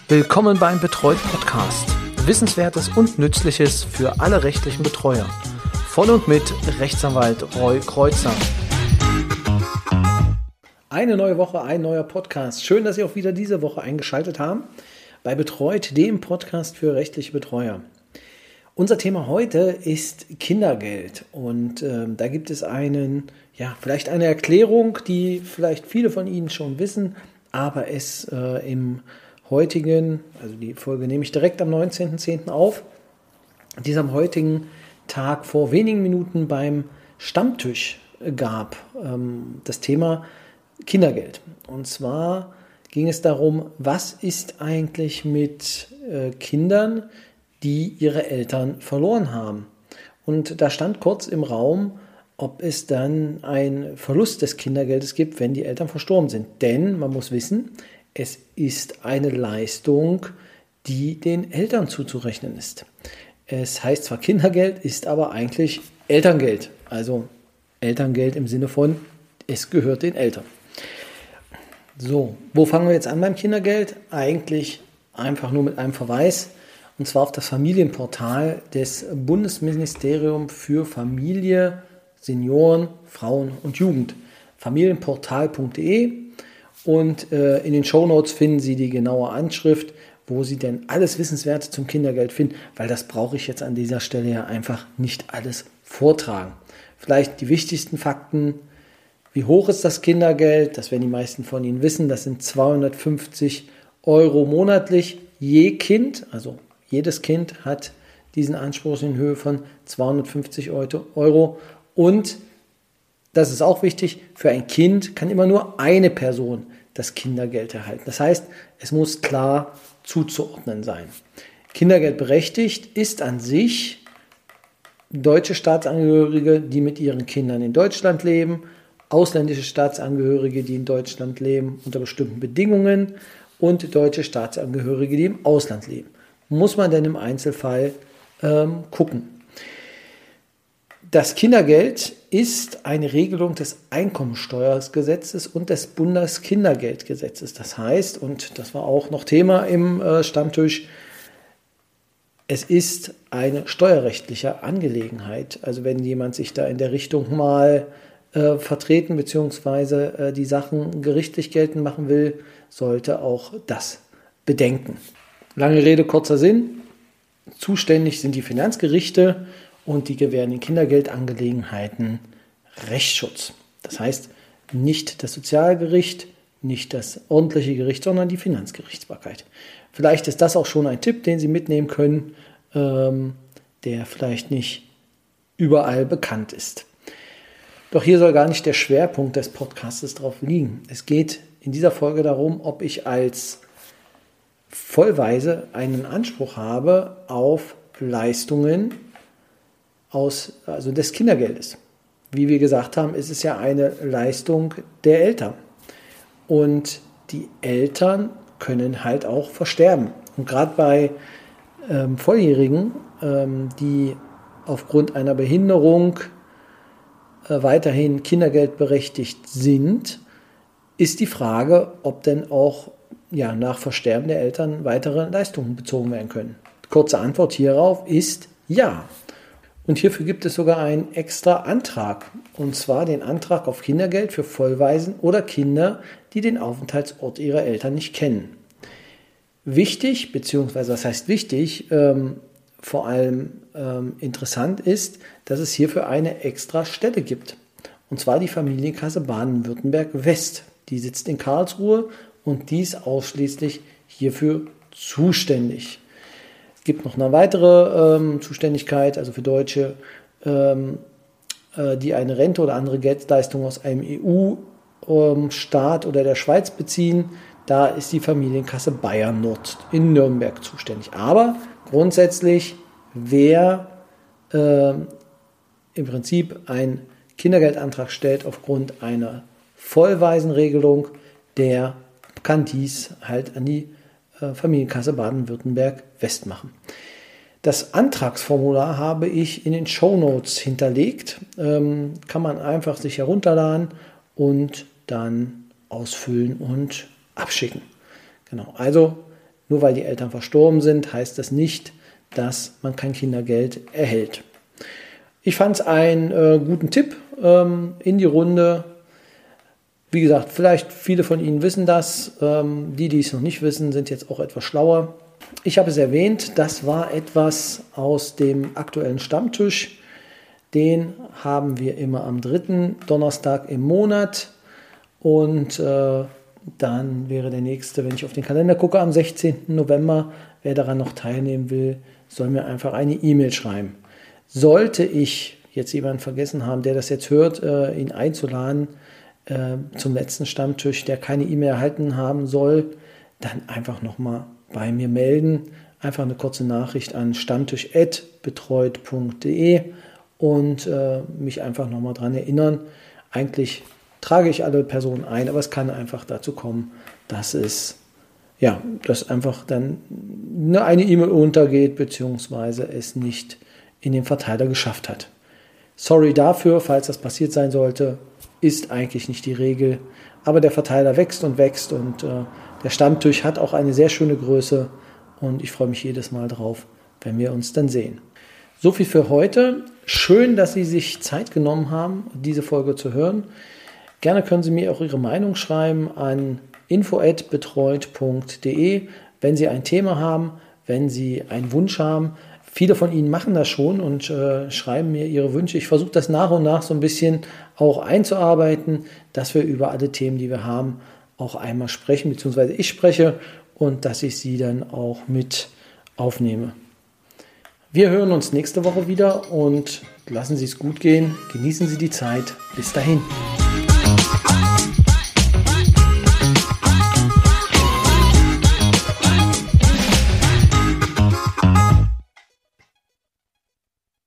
Willkommen beim Betreut Podcast. Wissenswertes und Nützliches für alle rechtlichen Betreuer. Von und mit Rechtsanwalt Roy Kreuzer. Eine neue Woche, ein neuer Podcast. Schön, dass Sie auch wieder diese Woche eingeschaltet haben bei Betreut, dem Podcast für rechtliche Betreuer. Unser Thema heute ist Kindergeld und da gibt es vielleicht eine Erklärung, die vielleicht viele von Ihnen schon wissen, aber es im heutigen, also die Folge nehme ich direkt am 19.10. auf, die es am heutigen Tag vor wenigen Minuten beim Stammtisch gab, das Thema Kindergeld. Und zwar ging es darum, was ist eigentlich mit Kindern, die ihre Eltern verloren haben. Und da stand kurz im Raum, ob es dann einen Verlust des Kindergeldes gibt, wenn die Eltern verstorben sind. Denn man muss wissen, es ist eine Leistung, die den Eltern zuzurechnen ist. Es heißt zwar Kindergeld, ist aber eigentlich Elterngeld. Also Elterngeld im Sinne von, es gehört den Eltern. So, wo fangen wir jetzt an beim Kindergeld? Eigentlich einfach nur mit einem Verweis. Und zwar auf das Familienportal des Bundesministeriums für Familie, Senioren, Frauen und Jugend. Familienportal.de und in den Shownotes finden Sie die genaue Anschrift, wo Sie denn alles Wissenswerte zum Kindergeld finden, weil das brauche ich jetzt an dieser Stelle ja einfach nicht alles vortragen. Vielleicht die wichtigsten Fakten: Wie hoch ist das Kindergeld? Das werden die meisten von Ihnen wissen. Das sind 250 € monatlich je Kind, also jedes Kind hat diesen Anspruch in Höhe von 250 €. Und, das ist auch wichtig, für ein Kind kann immer nur eine Person das Kindergeld erhalten. Das heißt, es muss klar zuzuordnen sein. Kindergeldberechtigt ist an sich deutsche Staatsangehörige, die mit ihren Kindern in Deutschland leben, ausländische Staatsangehörige, die in Deutschland leben unter bestimmten Bedingungen und deutsche Staatsangehörige, die im Ausland leben. Muss man denn im Einzelfall gucken. Das Kindergeld ist eine Regelung des Einkommensteuergesetzes und des Bundeskindergeldgesetzes. Das heißt, und das war auch noch Thema im Stammtisch, es ist eine steuerrechtliche Angelegenheit. Also wenn jemand sich da in der Richtung mal vertreten bzw. die Sachen gerichtlich geltend machen will, sollte auch das bedenken. Lange Rede, kurzer Sinn. Zuständig sind die Finanzgerichte und die gewähren in Kindergeldangelegenheiten Rechtsschutz. Das heißt, nicht das Sozialgericht, nicht das ordentliche Gericht, sondern die Finanzgerichtsbarkeit. Vielleicht ist das auch schon ein Tipp, den Sie mitnehmen können, der vielleicht nicht überall bekannt ist. Doch hier soll gar nicht der Schwerpunkt des Podcasts drauf liegen. Es geht in dieser Folge darum, ob ich als Vollweise einen Anspruch habe auf Leistungen des Kindergeldes. Wie wir gesagt haben, ist es ja eine Leistung der Eltern. Und die Eltern können halt auch versterben. Und gerade bei Volljährigen, die aufgrund einer Behinderung weiterhin kindergeldberechtigt sind, ist die Frage, ob denn auch nach Versterben der Eltern weitere Leistungen bezogen werden können. Kurze Antwort hierauf ist ja. Und hierfür gibt es sogar einen extra Antrag, und zwar den Antrag auf Kindergeld für Vollwaisen oder Kinder, die den Aufenthaltsort ihrer Eltern nicht kennen. Wichtig, beziehungsweise was heißt wichtig, vor allem interessant ist, dass es hierfür eine extra Stelle gibt. Und zwar die Familienkasse Baden-Württemberg West. Die sitzt in Karlsruhe und die ist ausschließlich hierfür zuständig. Es gibt noch eine weitere Zuständigkeit, also für Deutsche, die eine Rente oder andere Geldleistung aus einem EU-Staat oder der Schweiz beziehen. Da ist die Familienkasse Bayern Nord in Nürnberg zuständig. Aber grundsätzlich, wer im Prinzip einen Kindergeldantrag stellt aufgrund einer Vollwaisenregelung, der kann dies halt an die Familienkasse Baden-Württemberg West machen. Das Antragsformular habe ich in den Shownotes hinterlegt. Kann man einfach sich herunterladen und dann ausfüllen und abschicken. Genau, also Nur weil die Eltern verstorben sind, heißt das nicht, dass man kein Kindergeld erhält. Ich fand es einen guten Tipp in die Runde. Wie gesagt, vielleicht viele von Ihnen wissen das. Die es noch nicht wissen, sind jetzt auch etwas schlauer. Ich habe es erwähnt, das war etwas aus dem aktuellen Stammtisch. Den haben wir immer am 3. Donnerstag im Monat. Und dann wäre der nächste, wenn ich auf den Kalender gucke, am 16. November. Wer daran noch teilnehmen will, soll mir einfach eine E-Mail schreiben. Sollte ich jetzt jemanden vergessen haben, der das jetzt hört, ihn einzuladen zum letzten Stammtisch, der keine E-Mail erhalten haben soll, dann einfach nochmal bei mir melden. Einfach eine kurze Nachricht an stammtisch@betreut.de und mich einfach nochmal daran erinnern. Eigentlich trage ich alle Personen ein, aber es kann einfach dazu kommen, dass einfach dann eine E-Mail untergeht, beziehungsweise es nicht in den Verteiler geschafft hat. Sorry dafür, falls das passiert sein sollte, ist eigentlich nicht die Regel, aber der Verteiler wächst und wächst und der Stammtisch hat auch eine sehr schöne Größe und ich freue mich jedes Mal drauf, wenn wir uns dann sehen. So viel für heute. Schön, dass Sie sich Zeit genommen haben, diese Folge zu hören. Gerne können Sie mir auch Ihre Meinung schreiben an info@betreut.de, wenn Sie ein Thema haben, wenn Sie einen Wunsch haben. Viele von Ihnen machen das schon und schreiben mir ihre Wünsche. Ich versuche das nach und nach so ein bisschen auch einzuarbeiten, dass wir über alle Themen, die wir haben, auch einmal sprechen, beziehungsweise ich spreche und dass ich sie dann auch mit aufnehme. Wir hören uns nächste Woche wieder und lassen Sie es gut gehen. Genießen Sie die Zeit. Bis dahin.